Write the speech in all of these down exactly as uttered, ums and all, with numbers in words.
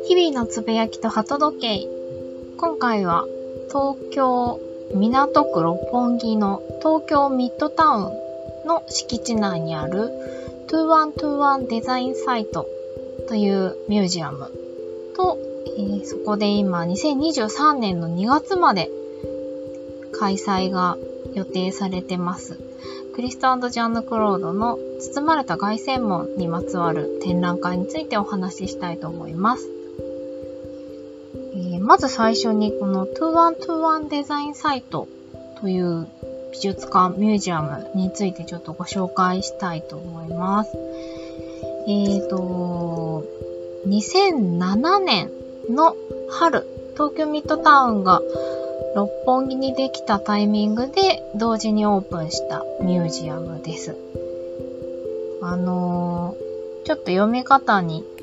日々のつぶやきと鳩時計。今回は東京港区六本木の東京ミッドタウンの敷地内にあるにせんにじゅういちデザインサイトというミュージアムと、えー、そこで今にせんにじゅうさんねんのにがつまで開催が予定されてます。クリスト&ジャンヌ・クロードの包まれた凱旋門にまつわる展覧会についてお話ししたいと思います。えー、まず最初にこのにせんにじゅういちデザインサイトという美術館ミュージアムについてちょっとご紹介したいと思います。えーと、にせんななねんの春、東京ミッドタウンが六本木にできたタイミングで同時にオープンしたミュージアムです。あのー、ちょっと読み方にん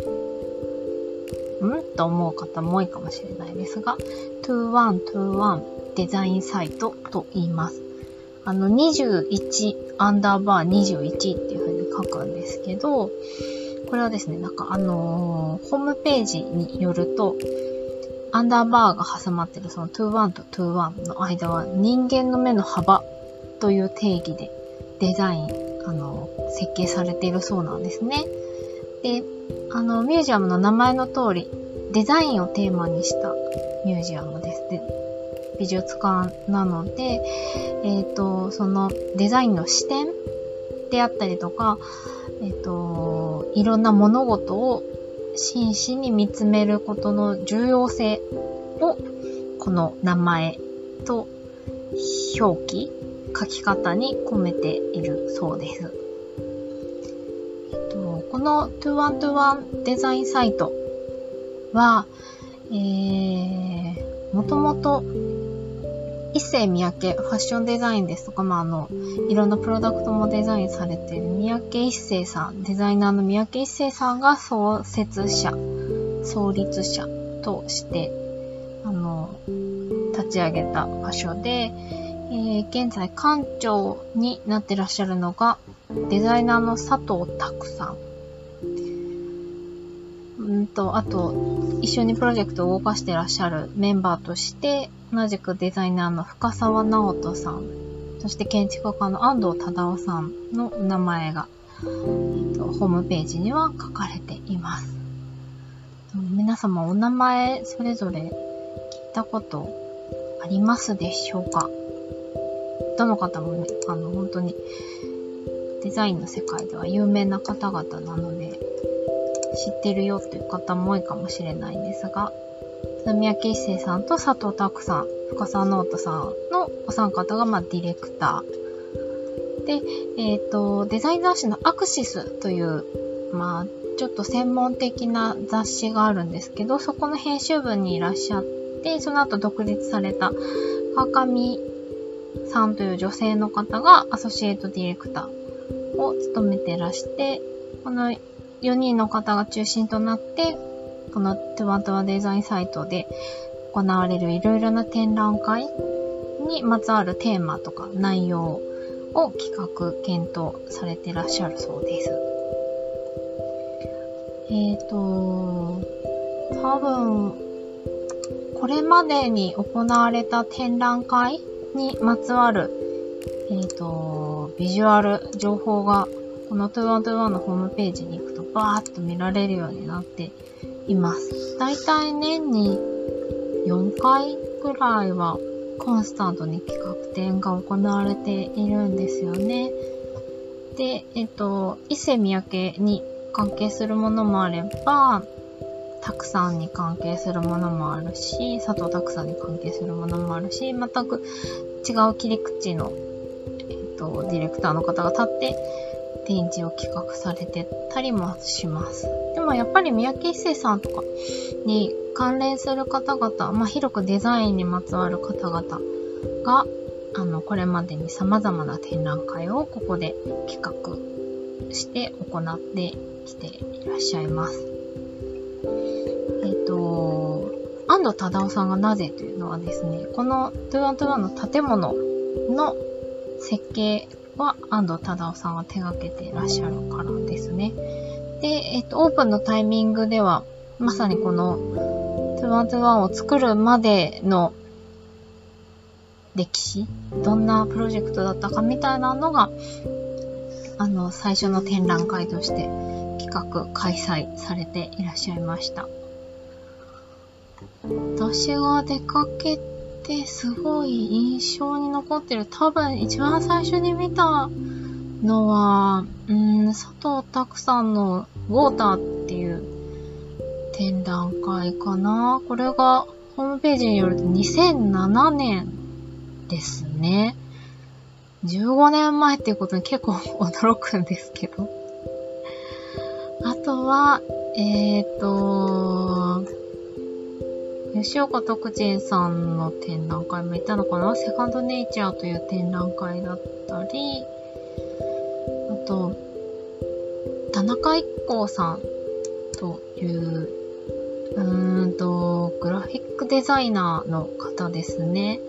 と思う方も多いかもしれないですが、にせんにじゅういちデザインサイトと言います。あのにじゅういちアンダーバーにじゅういちっていう風に書くんですけど、これはですね、なんかあのー、ホームページによると、アンダーバーが挟まってるそのにじゅういちとにじゅういちの間は人間の目の幅という定義でデザイン、あの、設計されているそうなんですね。で、あの、ミュージアムの名前の通り、デザインをテーマにしたミュージアムです。で、美術館なので、えっと、そのデザインの視点であったりとか、えっと、いろんな物事を真摯に見つめることの重要性をこの名前と表記、書き方に込めているそうです。えっと、このにせんにじゅういちデザインサイトは、えー、もともと一世三宅ファッションデザインですとか、まあ、あの、いろんなプロダクトもデザインされている三宅一生さん、デザイナーの三宅一生さんが創設者、創立者として、あの、立ち上げた場所で、えー、現在館長になってらっしゃるのが、デザイナーの佐藤拓さん。うんと、あと、一緒にプロジェクトを動かしてらっしゃるメンバーとして、同じくデザイナーの深澤直人さん、そして建築家の安藤忠夫さんの名前が、えっと、ホームページには書かれています。皆様お名前それぞれ聞いたことありますでしょうか？どの方もね、あの本当にデザインの世界では有名な方々なので知ってるよっていう方も多いかもしれないんですが、三宅一生さんと佐藤拓さん、深澤直人さんのお三方が、まあ、ディレクター。で、えっと、デザイン雑誌のアクシスという、まあ、ちょっと専門的な雑誌があるんですけど、そこの編集部にいらっしゃって、その後独立された川上さんという女性の方がアソシエイトディレクターを務めてらして、このよにんの方が中心となって、このにせんにじゅういちデザインサイトで行われるいろいろな展覧会にまつわるテーマとか内容を企画、検討されていらっしゃるそうです。えっと、多分、これまでに行われた展覧会にまつわる、えっと、ビジュアル、情報がこのにせんにじゅういちのホームページに行くとバーッと見られるようになっています。だいたい年によんかいくらいはコンスタントに企画展が行われているんですよね。で、えっと、伊勢三宅に関係するものもあれば、拓さんに関係するものもあるし、佐藤拓さんに関係するものもあるし、全く違う切り口の、えっと、ディレクターの方が立って展示を企画されてたりもします。でもやっぱり三宅一生さんとかに関連する方々、まあ、広くデザインにまつわる方々が、あの、これまでに様々な展覧会をここで企画して行ってきていらっしゃいます。えっと、安藤忠夫さんがなぜというのはですね、このにせんにじゅういちの建物の設計は安藤忠夫さんが手掛けていらっしゃるからですね。で、えっと、オープンのタイミングでは、 まさにこのにせんにじゅういちを作るまでの歴史、どんなプロジェクトだったかみたいなのが、あの、最初の展覧会として企画、開催されていらっしゃいました。私が出かけてすごい印象に残ってる、多分一番最初に見たのは、うーん、佐藤拓さんのウォーターっていう展覧会かな。これがホームページによるとにせんななねんですね。じゅうごねんまえっていうことに結構驚くんですけど。あとは、えーと、吉岡徳仁さんの展覧会も行ったのかな。セカンドネイチャーという展覧会だったり、あと、田中一行さんという、うーんと、グラフィックデザイナーの方ですね。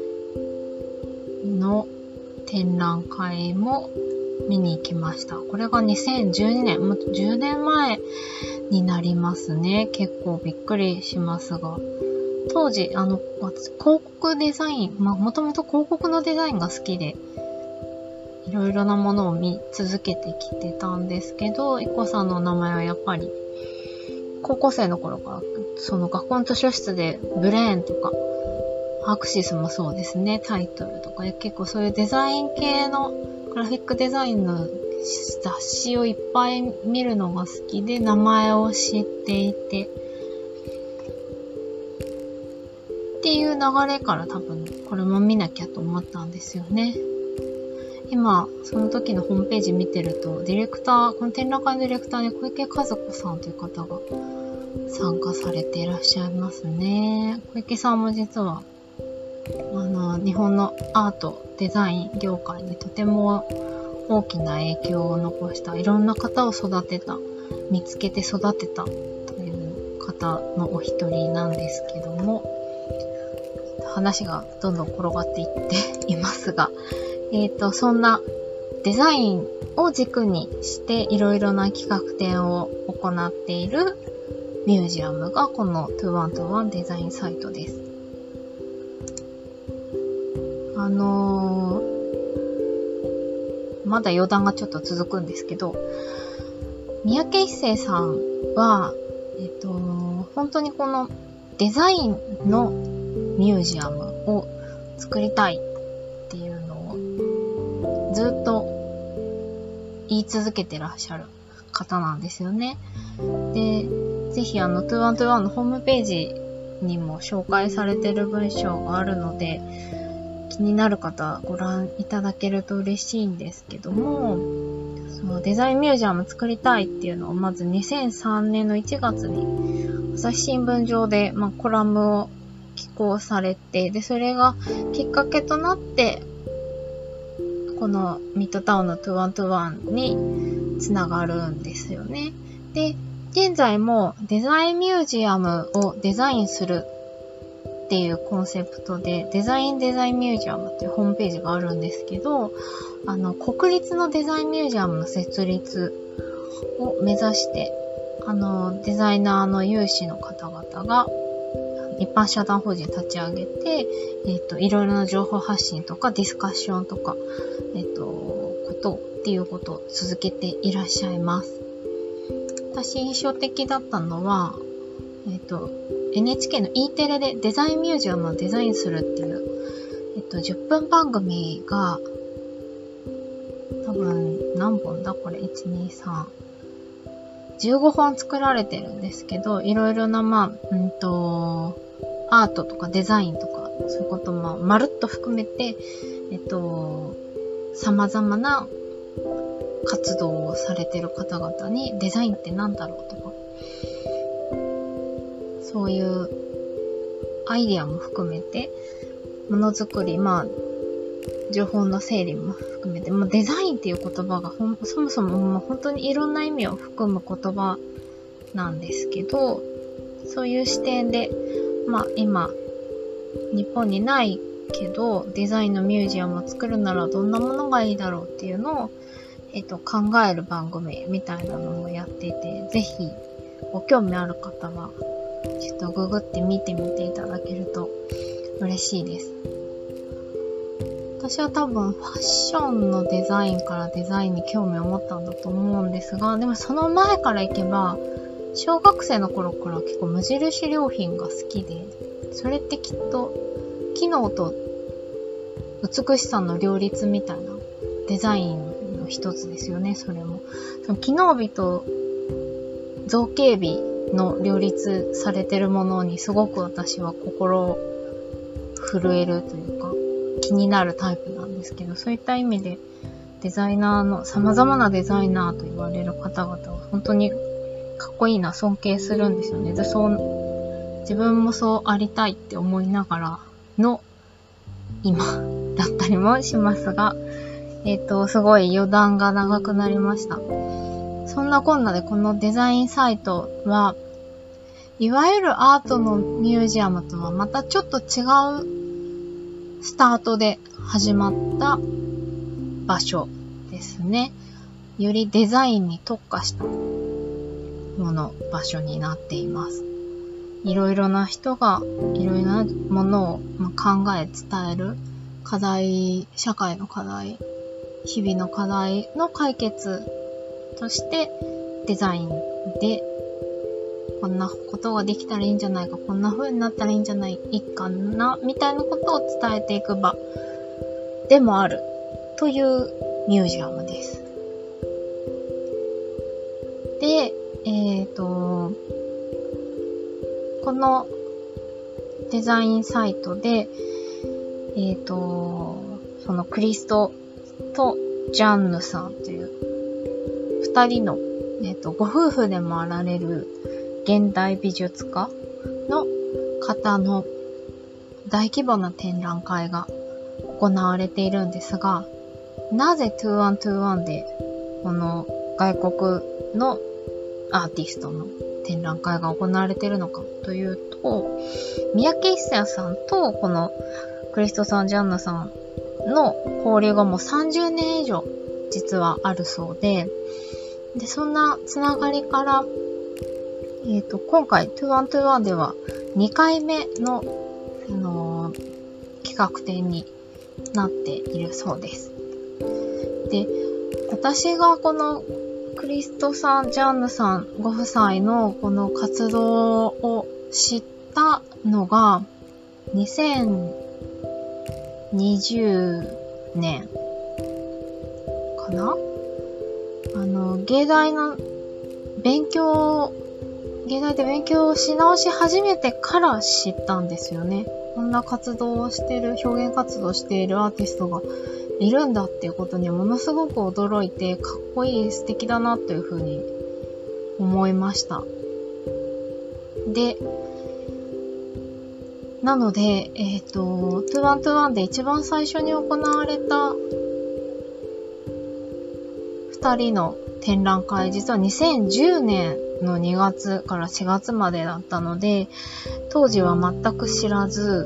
の展覧会も見に行きました。これがにせんじゅうにねん、もうじゅうねんまえになりますね。結構びっくりしますが。当時、あの、広告デザイン、まあ、もともと広告のデザインが好きで、いろいろなものを見続けてきてたんですけど、いっこさんの名前はやっぱり、高校生の頃から、その学校の図書室でブレーンとか、アクシスもそうですね、タイトルとか、結構そういうデザイン系のグラフィックデザインの雑誌をいっぱい見るのが好きで、名前を知っていて、っていう流れから多分これも見なきゃと思ったんですよね。今、その時のホームページ見てると、ディレクター、この展覧会のディレクターに小池和子さんという方が参加されていらっしゃいますね。小池さんも実は、あの、日本のアート、デザイン業界にとても大きな影響を残した、いろんな方を育てた、見つけて育てたという方のお一人なんですけども、話がどんどん転がっていっていますが、えっと、そんなデザインを軸にしていろいろな企画展を行っているミュージアムがこのにせんにじゅういちデザインサイトです。あのー、まだ余談がちょっと続くんですけど、三宅一生さんは、えっと、本当にこのデザインのミュージアムを作りたいっていうのをずっと言い続けてらっしゃる方なんですよね。で、ぜひあのにせんにじゅういちのホームページにも紹介されている文章があるので、気になる方ご覧いただけると嬉しいんですけども、そのデザインミュージアム作りたいっていうのをまずにせんさんねんのいちがつに朝日新聞上で、まあ、コラムを寄稿されて、で、それがきっかけとなって、このミッドタウンのにせんにじゅういちにつながるんですよね。で、現在もデザインミュージアムをデザインするっていうコンセプトで、デザインデザインミュージアムっていうホームページがあるんですけど、あの、国立のデザインミュージアムの設立を目指して、あの、デザイナーの有志の方々が、一般社団法人立ち上げて、えっと、いろいろな情報発信とかディスカッションとか、えっと、ことっていうことを続けていらっしゃいます。私印象的だったのは、えっと、エヌエイチケー の E テレでデザインミュージアムをデザインするっていう、えっと、じゅっぷん番組が、多分何本だこれ、いち、に、さん、じゅうごほん作られてるんですけど、いろいろな、まあ、うんと、アートとかデザインとか、そういうこともまるっと含めて、えっと、様々な活動をされてる方々にデザインって何だろうとか、そういうアイディアも含めて、ものづくり、まあ、情報の整理も含めて、まあ、デザインっていう言葉がほんそもそももう本当にいろんな意味を含む言葉なんですけど、そういう視点で、まあ今、日本にないけど、デザインのミュージアムを作るならどんなものがいいだろうっていうのを、えっと、考える番組みたいなのもやっていて、ぜひご興味ある方は、ちょっとググって見てみていただけると嬉しいです。私は多分ファッションのデザインからデザインに興味を持ったんだと思うんですが、でもその前から行けば、小学生の頃から結構無印良品が好きで、それってきっと機能と美しさの両立みたいなデザインの一つですよね、それも。その機能美と造形美の両立されてるものにすごく私は心震えるというか気になるタイプなんですけど、そういった意味でデザイナーの様々なデザイナーと言われる方々は本当にかっこいいな、尊敬するんですよね。で、そう自分もそうありたいって思いながらの今だったりもしますが、えっと、すごい余談が長くなりました。そんなこんなでこのデザインサイトは、いわゆるアートのミュージアムとはまたちょっと違うスタートで始まった場所ですね。よりデザインに特化したもの、場所になっています。いろいろな人がいろいろなものを考え伝える課題、社会の課題、日々の課題の解決としてデザインでこんなことができたらいいんじゃないか、こんな風になったらいいんじゃないかな、みたいなことを伝えていく場でもあるというミュージアムです。で、えっと、このデザインサイトで、えっと、そのクリストとジャンヌさんという二人の、えっと、ご夫婦でもあられる現代美術家の方の大規模な展覧会が行われているんですが、なぜにせんにじゅういちでこの外国のアーティストの展覧会が行われているのかというと、三宅一生さんとこのクリストさん、ジャンナさんの交流がもうさんじゅうねん以上実はあるそうで、で、そんなつながりから、えっと、今回にせんにじゅういちではにかいめの、あのー、企画展になっているそうです。で、私がこのクリストさん、ジャンヌさんご夫妻のこの活動を知ったのがにせんにじゅうねんかな？あの、芸大の勉強、芸大で勉強をし直し始めてから知ったんですよね。こんな活動をしている、表現活動をしているアーティストがいるんだっていうことにものすごく驚いて、かっこいい、素敵だなというふうに思いました。で、なので、えっと、にせんにじゅういちで一番最初に行われた二人の展覧会、実はにせんじゅうねんのにがつからしがつまでだったので、当時は全く知らず、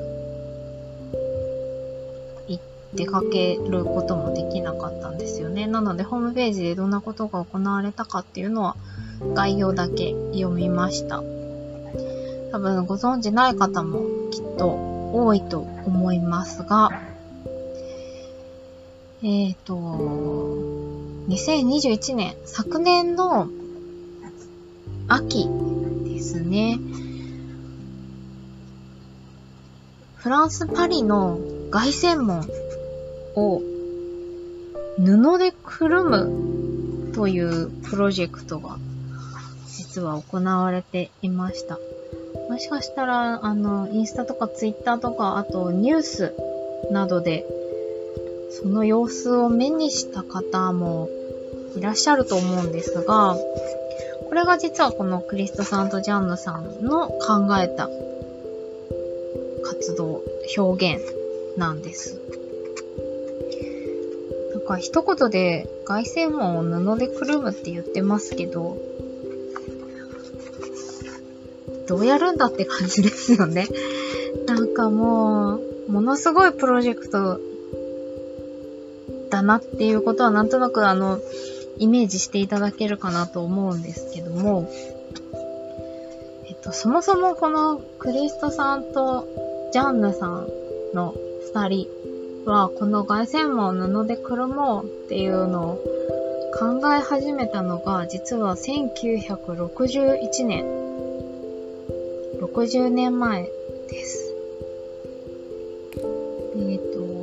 出かけることもできなかったんですよね。なのでホームページでどんなことが行われたかっていうのは概要だけ読みました。多分ご存知ない方もきっと多いと思いますが、えっと、にせんにじゅういちねん、昨年の秋ですね。フランス・パリの凱旋門を布でくるむというプロジェクトが実は行われていました。もしかしたらあのインスタとかツイッターとかあとニュースなどでその様子を目にした方もいらっしゃると思うんですが、これが実はこのクリストさんとジャンヌさんの考えた活動、表現なんです。なんか一言で凱旋門を布でくるむって言ってますけど、どうやるんだって感じですよね。なんかもう、ものすごいプロジェクトだなっていうことはなんとなくあの、イメージしていただけるかなと思うんですけども、 と、そもそもこのクリストさんとジャンヌさんの二人は、この凱旋門を布でくるもうっていうのを考え始めたのが、実はせんきゅうひゃくろくじゅういちねん。ろくじゅうねんまえです。えっと、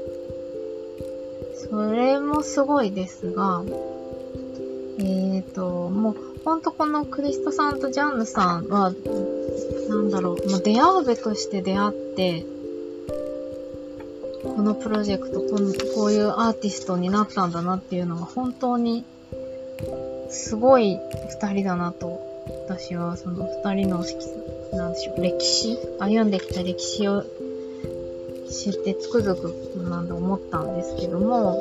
それもすごいですが、えっと、もう、ほんとこのクリストさんとジャンヌさんは、なんだろう、もう出会うべくして出会って、このプロジェクト、この、こういうアーティストになったんだなっていうのが本当にすごい二人だなと、私はその二人の、なんでしょう、歴史、歩んできた歴史を知ってつくづくなんだ思ったんですけども、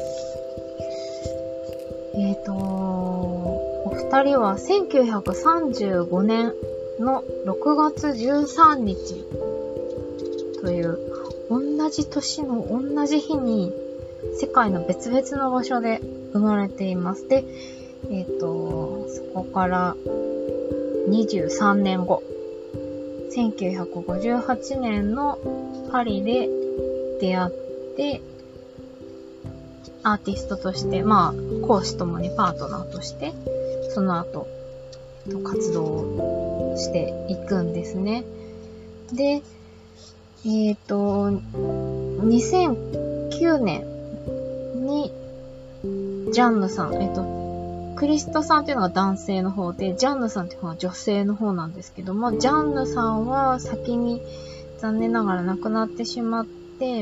えっと、お二人はせんきゅうひゃくさんじゅうごねんのろくがつじゅうさんにちという同じ年の同じ日に世界の別々の場所で生まれています。で、えっと、そこからにじゅうさんねんご、せんきゅうひゃくごじゅうはちねんのパリで出会って、アーティストとして、まあ、講師ともにパートナーとして、その後、活動をしていくんですね。で、えっと、にせんきゅうねんに、ジャンヌさん、えっと、クリストさんっていうのが男性の方で、ジャンヌさんっていうのが女性の方なんですけども、ジャンヌさんは先に残念ながら亡くなってしまって、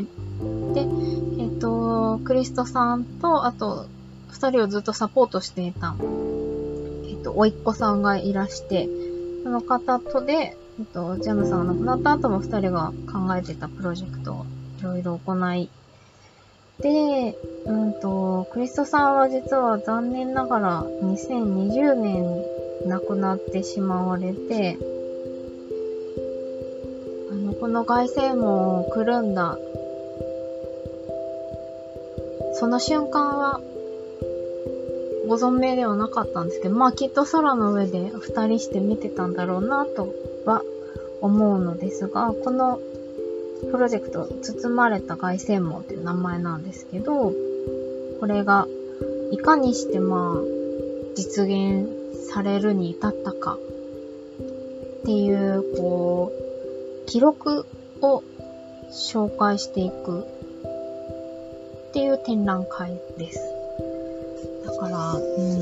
で、えっと、クリストさんと、あと、二人をずっとサポートしていた、えっと、甥っ子さんがいらして、その方とで、えっと、ジャンヌさんが亡くなった後も二人が考えてたプロジェクトをいろいろ行い、で、うんと、クリストさんは実は残念ながらにせんにじゅうねんに亡くなってしまわれて、あの、この凱旋門をくるんだ、その瞬間はご存命ではなかったんですけど、まあきっと空の上で二人して見てたんだろうなとは思うのですが、このプロジェクト、包まれた凱旋門という名前なんですけど、これがいかにしてまあ実現されるに至ったかっていう、こう、記録を紹介していくっていう展覧会です。だから、う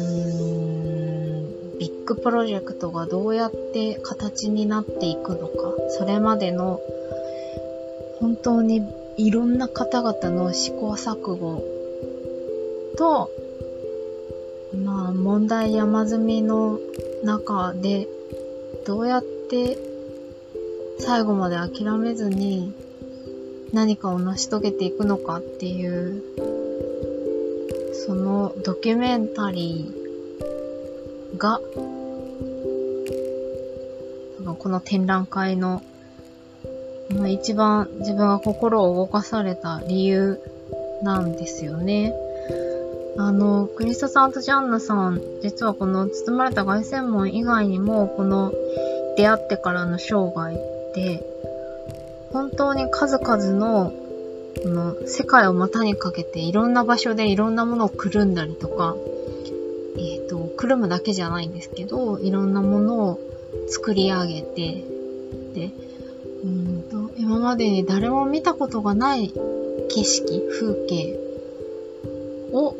ーん、ビッグプロジェクトがどうやって形になっていくのか、それまでの本当にいろんな方々の試行錯誤と、まあ問題山積みの中でどうやって最後まで諦めずに何かを成し遂げていくのかっていう、そのドキュメンタリーがこの展覧会の一番自分が心を動かされた理由なんですよね。あの、クリストさんとジャンヌさん、実はこの包まれた凱旋門以外にも、この出会ってからの生涯で、本当に数々の、この世界を股にかけていろんな場所でいろんなものをくるんだりとか、えっと、くるむだけじゃないんですけど、いろんなものを作り上げて、で、うんと今までに誰も見たことがない景色、風景を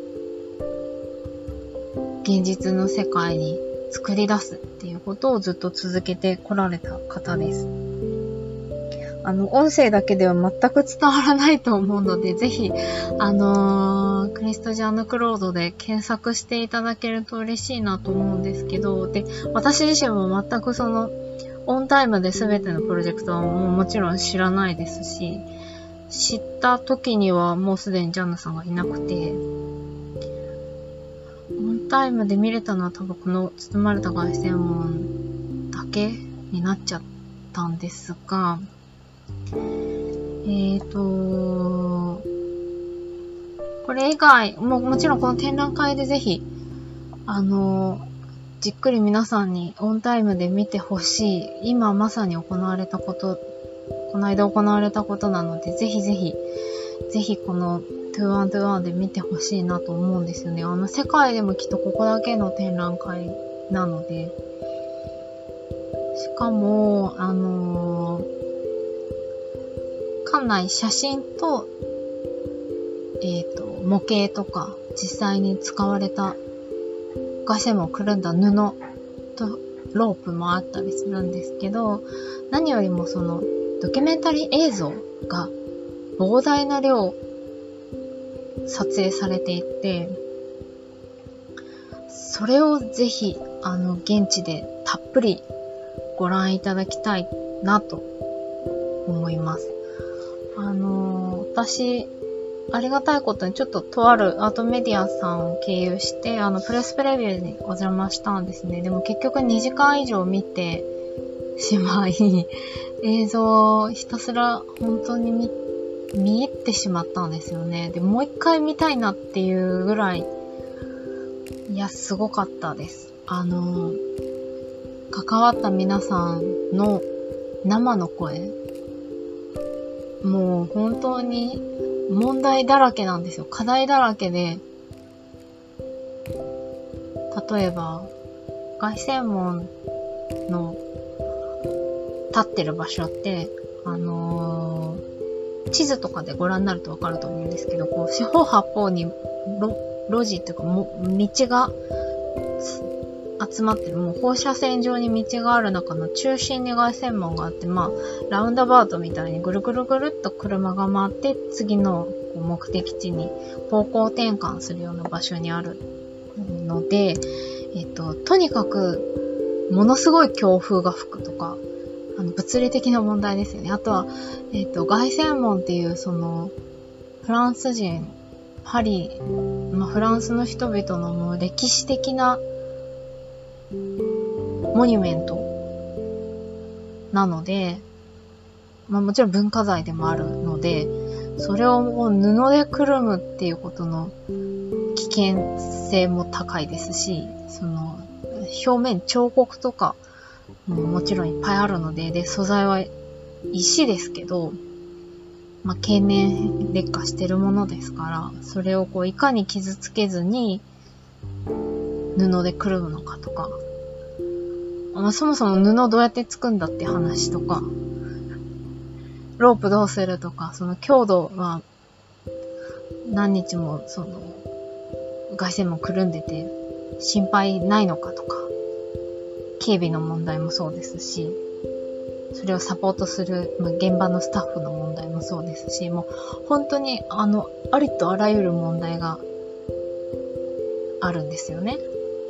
現実の世界に作り出すっていうことをずっと続けてこられた方です。あの、音声だけでは全く伝わらないと思うので、ぜひ、あのー、クリスト・ジャンヌ・クロードで検索していただけると嬉しいなと思うんですけど、で、私自身も全くその、オンタイムで全てのプロジェクトはもうもちろん知らないですし、知った時にはもうすでにジャンヌさんがいなくて、オンタイムで見れたのは多分この包まれた凱旋門だけになっちゃったんですが、えーと、これ以外、もうもちろんこの展覧会でぜひ、あの、 じっくり皆さんにオンタイムで見てほしい、今まさに行われたこと、この間行われたことなので、ぜひぜひ、ぜひこのにせんにじゅういちで見てほしいなと思うんですよね。あの、世界でもきっとここだけの展覧会なので、しかも、あのー、館内写真と、えっと、模型とか、実際に使われた凱旋門をくるんだ布とロープもあったりするんですけど、何よりもそのドキュメンタリー映像が膨大な量撮影されていて、それをぜひあの現地でたっぷりご覧いただきたいなと思います。あのー、私ありがたいことにちょっととあるアートメディアさんを経由して、あの、プレスプレビューにお邪魔したんですね。でも結局にじかん以上見てしまい、映像をひたすら本当に見、見入ってしまったんですよね。で、もう一回見たいなっていうぐらい、いや、すごかったです。あの、関わった皆さんの生の声、もう本当に問題だらけなんですよ。課題だらけで、例えば、凱旋門の立ってる場所って、あのー、地図とかでご覧になるとわかると思うんですけど、こう、四方八方に路、路地っていうか、も、道が集まってる、もう放射線状に道がある中の中心に凱旋門があって、まあ、ラウンドバウトみたいにぐるぐるぐるっと車が回って、次の目的地に方向転換するような場所にあるので、えっと、とにかく、ものすごい強風が吹くとか、あの、物理的な問題ですよね。あとは、えっと、凱旋門っていう、その、フランス人、パリ、まあ、フランスの人々のもう歴史的なモニュメントなので、まあもちろん文化財でもあるので、それをもう布でくるむっていうことの危険性も高いですし、その表面彫刻とかももちろんいっぱいあるので、で、素材は石ですけど、まあ経年劣化してるものですから、それをこういかに傷つけずに布でくるむのかとか、まあ、そもそも布どうやってつくんだって話とか、ロープどうするとか、その強度は何日もその凱旋門くるんでて心配ないのかとか、警備の問題もそうですし、それをサポートする、まあ、現場のスタッフの問題もそうですし、もう本当にあのありとあらゆる問題があるんですよね。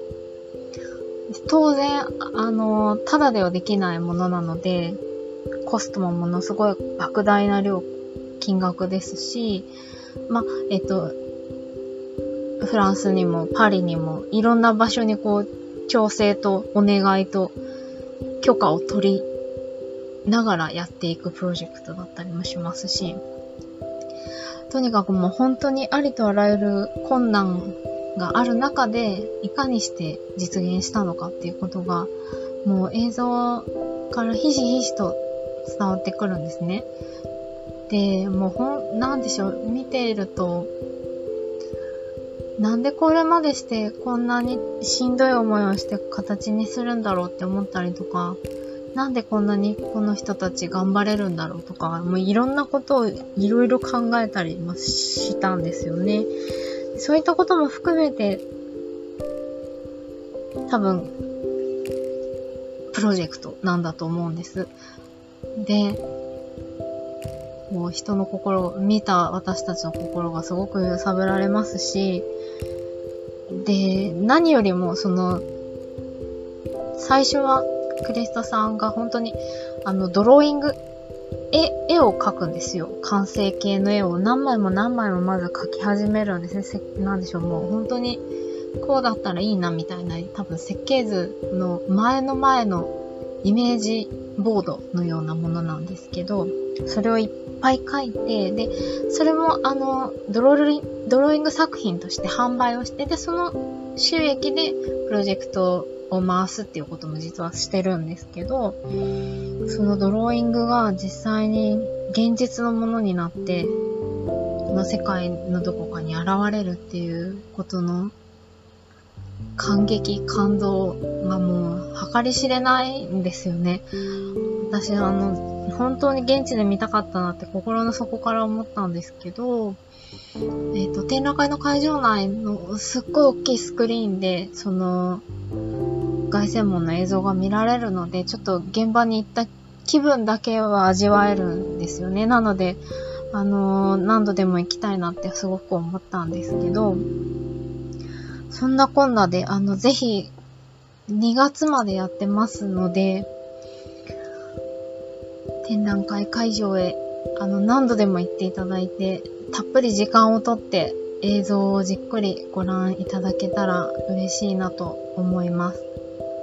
当然、あの、ただではできないものなので、コストもものすごい莫大な量、金額ですし、まあ、えっと、フランスにもパリにもいろんな場所にこう、調整とお願いと許可を取りながらやっていくプロジェクトだったりもしますし、とにかくもう本当にありとあらゆる困難がある中でいかにして実現したのかっていうことがもう映像からひしひしと伝わってくるんですね。で、もうほん、なんでしょう、見ているとなんでこれまでしてこんなにしんどい思いをして形にするんだろうって思ったりとか、なんでこんなにこの人たち頑張れるんだろうとか、もういろんなことをいろいろ考えたりもしたんですよね。そういったことも含めて、多分、プロジェクトなんだと思うんです。で、もう人の心、見た私たちの心がすごく揺さぶられますし、で、何よりもその、最初はクリストさんが本当に、あの、ドローイング、絵、絵を描くんですよ。完成形の絵を何枚も何枚もまず描き始めるんですね。せなんでしょう、もう本当にこうだったらいいなみたいな、多分設計図の前の前のイメージボードのようなものなんですけど、それをいっぱい描いて、で、それもあの、ドローリ、ドローイング作品として販売をして、で、その収益でプロジェクトを回すっていうことも実はしてるんですけど、そのドローイングが実際に現実のものになって、この世界のどこかに現れるっていうことの感激、感動がもう計り知れないんですよね。私あの本当に現地で見たかったなって心の底から思ったんですけど、えっと展覧会の会場内のすっごい大きいスクリーンでその凱旋門の映像が見られるので、ちょっと現場に行った気分だけは味わえるんですよね。なのであのー、何度でも行きたいなってすごく思ったんですけど、そんなこんなで、あの、ぜひ、にがつまでやってますので、展覧会会場へ、あの、何度でも行っていただいて、たっぷり時間をとって映像をじっくりご覧いただけたら嬉しいなと思います。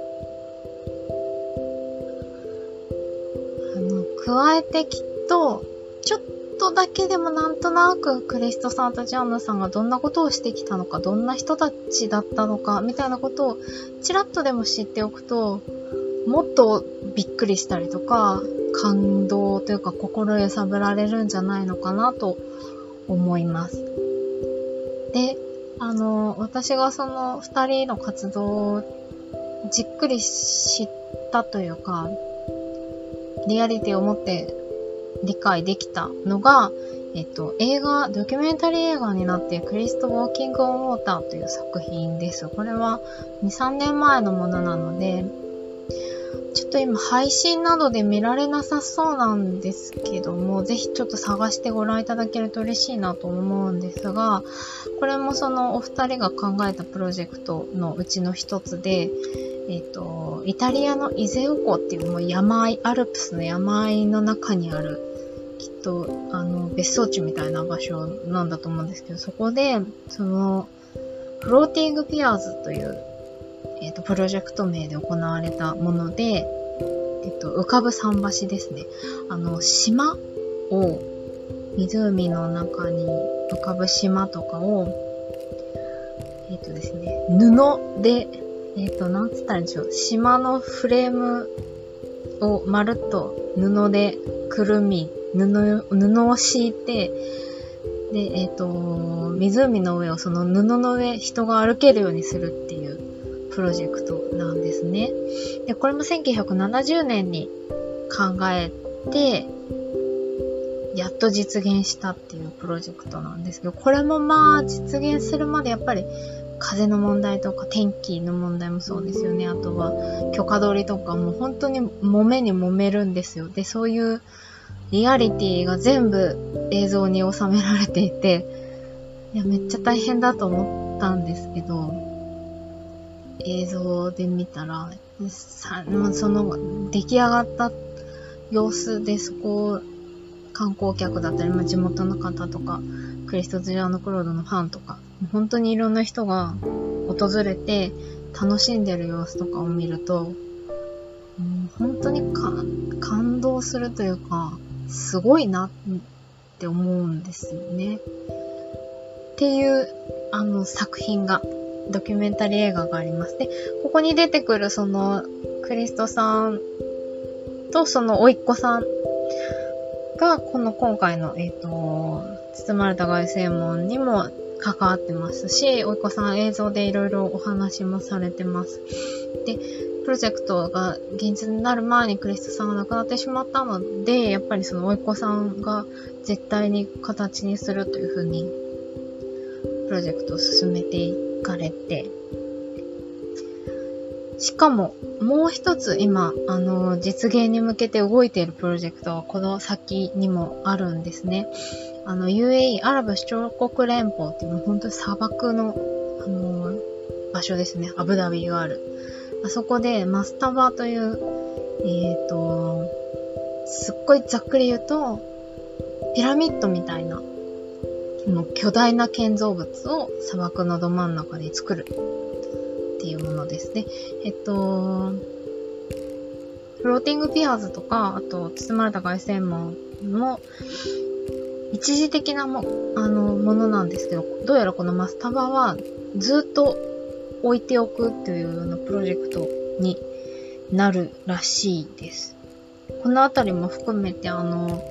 あの、加えてきっと、ちょっとだけでもなんとなくクリストさんとジャンヌさんがどんなことをしてきたのか、どんな人たちだったのかみたいなことをちらっとでも知っておくと、もっとびっくりしたりとか感動というか心揺さぶられるんじゃないのかなと思います。で、あの私がそのふたりの活動をじっくり知ったというか、リアリティを持って理解できたのが、えっと、映画、ドキュメンタリー映画になっているクリスト・ウォーキング・オン・ウォーターという作品です。これはに、さんねんまえのものなので、ちょっと今配信などで見られなさそうなんですけども、ぜひちょっと探してご覧いただけると嬉しいなと思うんですが、これもそのお二人が考えたプロジェクトのうちの一つで、えっと、イタリアのイゼオ湖っていうもう山あい、アルプスの山あいの中にある、きっと、あの、別荘地みたいな場所なんだと思うんですけど、そこで、その、フローティングピアーズという、えっと、プロジェクト名で行われたもので、えっと、浮かぶ桟橋ですね。あの、島を、湖の中に浮かぶ島とかを、えっとですね、布で、えっと、なんつったらいいんでしょう。島のフレームをまるっと布でくるみ、布、布を敷いて、で、えっと、湖の上をその布の上、人が歩けるようにするっていうプロジェクトなんですね。で、これもせんきゅうひゃくななじゅうねんに考えて、やっと実現したっていうプロジェクトなんですけど、これもまあ実現するまでやっぱり風の問題とか天気の問題もそうですよね。あとは許可取りとかも本当に揉めに揉めるんですよ。で、そういうリアリティが全部映像に収められていて、いや、めっちゃ大変だと思ったんですけど、映像で見たら、さその出来上がった様子でそこを観光客だったり、地元の方とか、クリスト・ジャーノ・クロードのファンとか、本当にいろんな人が訪れて楽しんでる様子とかを見ると、もう本当にか感動するというか、すごいなって思うんですよね。っていうあの作品が、ドキュメンタリー映画があります。で、ここに出てくるそのクリストさんとその甥っ子さんがこの今回のえっと包まれた凱旋門にも関わってますし、甥っ子さん映像でいろいろお話もされてます。で、プロジェクトが現実になる前にクリストさんが亡くなってしまったので、やっぱりその甥っ子さんが絶対に形にするというふうにプロジェクトを進めていかれて、しかももう一つ今あの実現に向けて動いているプロジェクトはこの先にもあるんですね。あの ユーエーイー アラブ首長国連邦っていうのは本当に砂漠のあの場所ですね。アブダビがある。あそこでマスタバというえっとすっごいざっくり言うとピラミッドみたいなもう巨大な建造物を砂漠のど真ん中に作るっていうものですね。えっと、フローティングピアーズとか、あと包まれた凱旋門も一時的なもあのものなんですけど、どうやらこのマスタバはずっと置いておくっていうようなプロジェクトになるらしいです。このあたりも含めて、あの、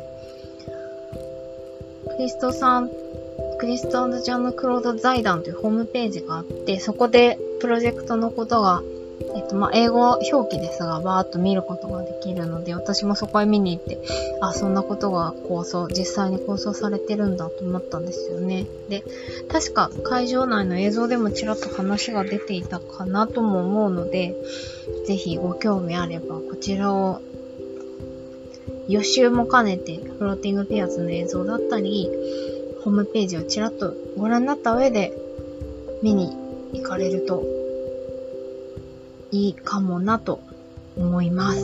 クリストさん、クリスト&ジャンヌ・クロード財団というホームページがあって、そこでプロジェクトのことが、えっと、まあ、英語表記ですが、バーっと見ることができるので、私もそこへ見に行って、あ、そんなことが構想、実際に構想されてるんだと思ったんですよね。で、確か会場内の映像でもちらっと話が出ていたかなとも思うので、ぜひご興味あれば、こちらを予習も兼ねて、フローティングピアーズの映像だったり、ホームページをちらっとご覧になった上で見に行かれるといいかもなと思います。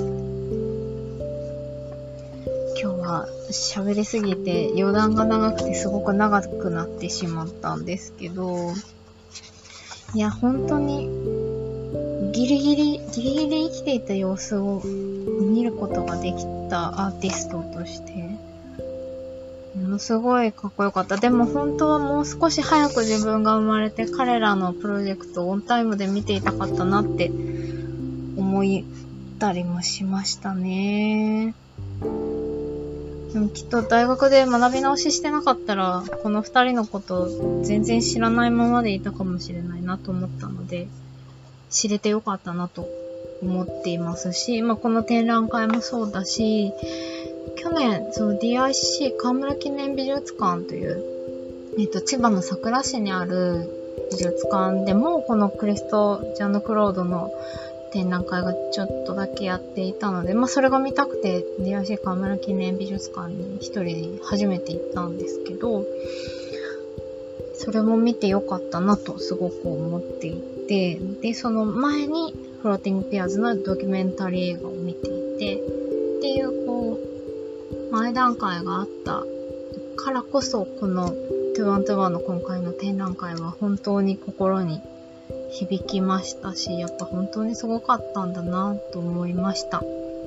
今日は喋りすぎて余談が長くてすごく長くなってしまったんですけど、いや本当にギリギリギリギリ生きていた様子を見ることができたアーティストとしてものすごいかっこよかった。でも本当はもう少し早く自分が生まれて彼らのプロジェクトをオンタイムで見ていたかったなって思ったりもしましたね。でもきっと大学で学び直ししてなかったらこの二人のこと全然知らないままでいたかもしれないなと思ったので、知れてよかったなと思っていますし、まあ、この展覧会もそうだし、去年、その ディーアイシー 河村記念美術館という、えっと、千葉の佐倉市にある美術館でも、このクリスト・ジャンヌ・クロードの展覧会がちょっとだけやっていたので、まあ、それが見たくて ディーアイシー 河村記念美術館に一人で初めて行ったんですけど、それも見てよかったなとすごく思っていて、で、その前にフローティングピアーズのドキュメンタリー映画を見ていて、っていう、こう、前段階があったからこそ、このにじゅういちにじゅういちの今回の展覧会は本当に心に響きましたし、やっぱ本当にすごかったんだなと思いました。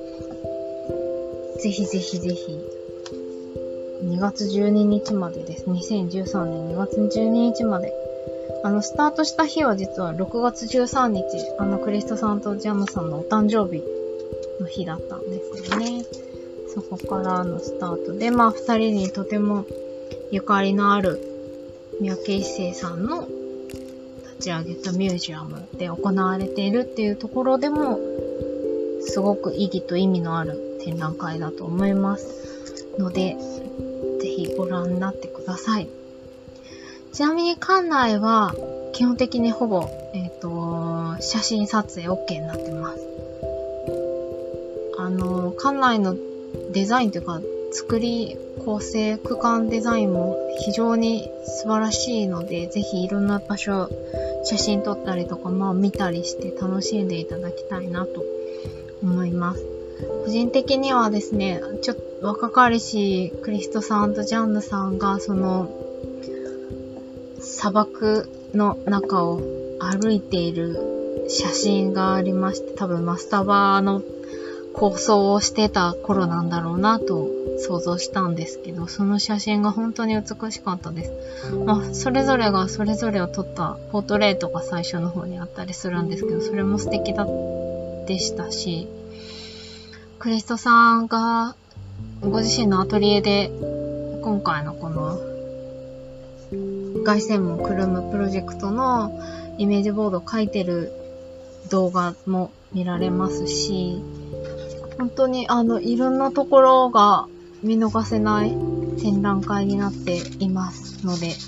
ぜひぜひぜひ、にがつじゅうににちまでです。にせんじゅうさんねんにがつじゅうににちまで。あの、スタートした日は実はろくがつじゅうさんにち、あの、クリストさんとジャンヌさんのお誕生日の日だったんですよね。そこからのスタートで、まあ、二人にとてもゆかりのある三宅一生さんの立ち上げたミュージアムで行われているっていうところでも、すごく意義と意味のある展覧会だと思いますので、ぜひご覧になってください。ちなみに館内は基本的にほぼ、えっと、写真撮影 OK になってます。あの、館内のデザインというか、作り、構成、空間デザインも非常に素晴らしいので、ぜひいろんな場所、写真撮ったりとか、まあ見たりして楽しんでいただきたいなと思います。個人的にはですね、ちょっと若かりしクリストさんとジャンヌさんが、その、砂漠の中を歩いている写真がありまして、多分マスタバの構想をしてた頃なんだろうなと想像したんですけど、その写真が本当に美しかったです。まあ、それぞれがそれぞれを撮ったポートレートが最初の方にあったりするんですけど、それも素敵だでしたし、クリストさんがご自身のアトリエで今回のこの凱旋門くるむプロジェクトのイメージボードを描いてる動画も見られますし、本当にあのいろんなところが見逃せない展覧会になっていますので、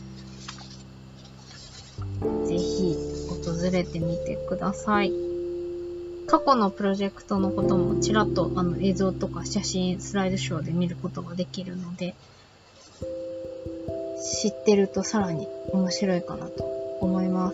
ぜひ訪れてみてください。過去のプロジェクトのこともちらっとあの映像とか写真、スライドショーで見ることができるので、知ってるとさらに面白いかなと思います。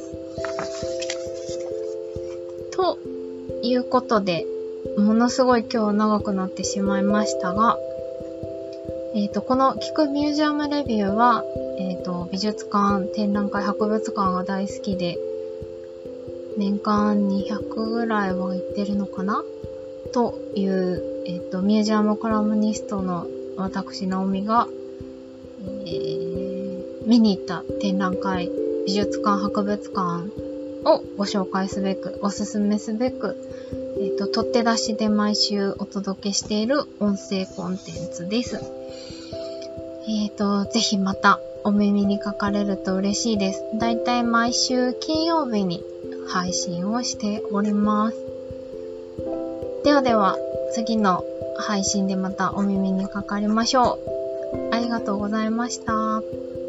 ということで、ものすごい今日長くなってしまいましたが、えっと、この聞くミュージアムレビューは、えっと、美術館、展覧会、博物館が大好きで、年間にひゃくぐらいは行ってるのかなという、えっと、ミュージアムコラムニストの私、ナオミが、えー、見に行った展覧会、美術館、博物館をご紹介すべく、おすすめすべく、えっと、取って出しで毎週お届けしている音声コンテンツです。えっと、ぜひまたお耳にかかれると嬉しいです。だいたい毎週金曜日に配信をしております。ではでは、次の配信でまたお耳にかかりましょう。ありがとうございました。